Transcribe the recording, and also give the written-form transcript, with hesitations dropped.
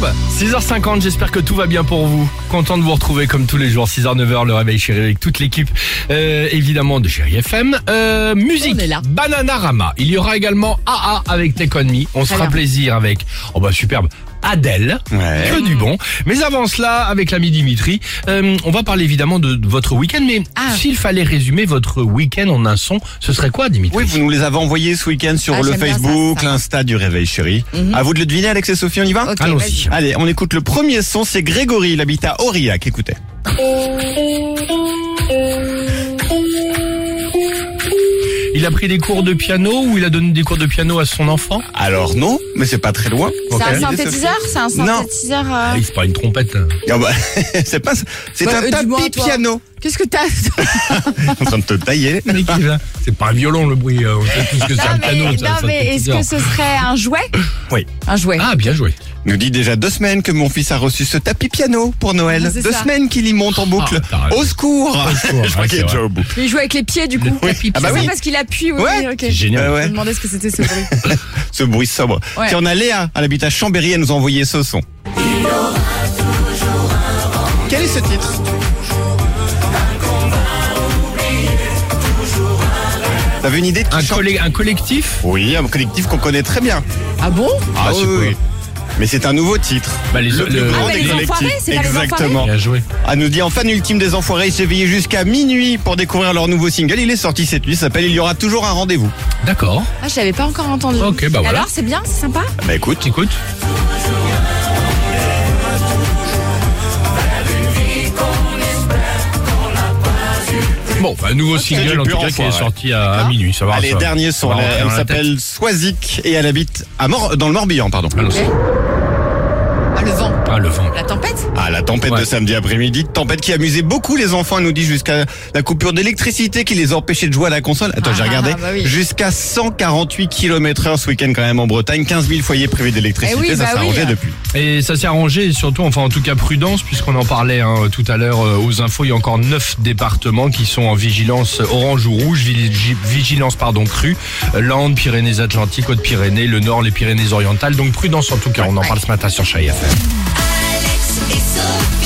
6h50, j'espère que tout va bien pour vous. Content de vous retrouver comme tous les jours, 6h, 9h, le réveil chéri avec toute l'équipe, évidemment de Chéri FM. Musique, On est là. Bananarama. Il y aura également AA avec Take On Me. On se fera plaisir avec, superbe, Adèle, que du bon. Mais avant cela, avec l'ami Dimitri, on va parler évidemment de votre week-end. Mais s'il fallait résumer votre week-end en un son, ce serait quoi, Dimitri? Oui, vous nous les avez envoyés ce week-end sur le j'aime bien Facebook, ça. l'Insta du Réveil Chéri. À vous de le deviner, Alex et Sophie, on y va? Ok, Allons-y. Allez, on écoute le premier son, c'est Grégory, il habite à Aurillac, écoutez. Il a pris des cours de piano ou il a donné des cours de piano à son enfant? Alors non, mais c'est pas très loin. C'est un Ok. synthétiseur? C'est un Non. synthétiseur Ah, c'est pas une trompette. Ah bah, c'est pas ça. C'est Bah, un dis-moi, tapis toi. piano. Qu'est-ce que t'as? En train de te tailler. C'est pas un violon le bruit, on sait tous que c'est un piano. mais est-ce que ce serait un jouet? Oui. Un jouet. Ah, bien joué. Nous dit déjà 2 semaines que mon fils a reçu ce tapis piano pour Noël. Ah, c'est 2 ça. semaines qu'il y monte en boucle. Ah, t'as raison. Au secours. secours, Je crois ouais, qu'il c'est est déjà vrai. au bout. Il joue avec les pieds du coup. Oui. Ah bah C'est oui. parce qu'il appuie. Oui, Ouais. ok. C'est génial. Ouais, Je ouais. me demandais ce que c'était ce bruit. Ce bruit sobre. Ouais. Tiens, on a Léa, elle habite à Chambéry, elle nous a envoyé ce son. Quel est ce titre? T'avais une idée de qui chante? Un collectif? Oui, un collectif qu'on connaît très bien. Ah bon? Ah, c'est quoi? Mais c'est un nouveau titre. Bah, Le plus grand Ah, des les collectifs. Enfoirés, c'est pas les Exactement. Bien joué. Elle nous dit en fan ultime des Enfoirés, j'ai veillé jusqu'à minuit pour découvrir leur nouveau single. Il est sorti cette nuit, ça s'appelle Il y aura toujours un rendez-vous. D'accord. Ah, je l'avais pas encore entendu. Ok, bah Et voilà. alors, c'est bien, c'est sympa? Bah écoute, Écoute. Bon, un nouveau single en du tout pur cas qui est enfoiré. sorti à minuit. Ça va. allez, ça- dernier ça son. va rentrer Elle dans la s'appelle Swazik et elle habite à dans le Morbihan, pardon. tête. Allons-y. Ah, le vent. Ah, le vent. La tempête? Ah, la tempête Ouais. de samedi après-midi, tempête qui amusait beaucoup les enfants, elle nous dit jusqu'à la coupure d'électricité qui les a empêchés de jouer à la console. Attends, j'ai regardé. bah oui. Jusqu'à 148 km/h ce week-end quand même en Bretagne, 15 000 foyers privés d'électricité, Eh oui, ça bah s'est arrangé oui. depuis. Et ça s'est arrangé et surtout, enfin en tout cas prudence, puisqu'on en parlait tout à l'heure aux infos, il y a encore 9 départements qui sont en vigilance orange ou rouge, vigilance crue, Landes, Pyrénées-Atlantiques, Hautes-Pyrénées, le Nord, les Pyrénées-Orientales, donc prudence en tout cas, on en parle ce matin sur Chéri FM. Alex et Sophie.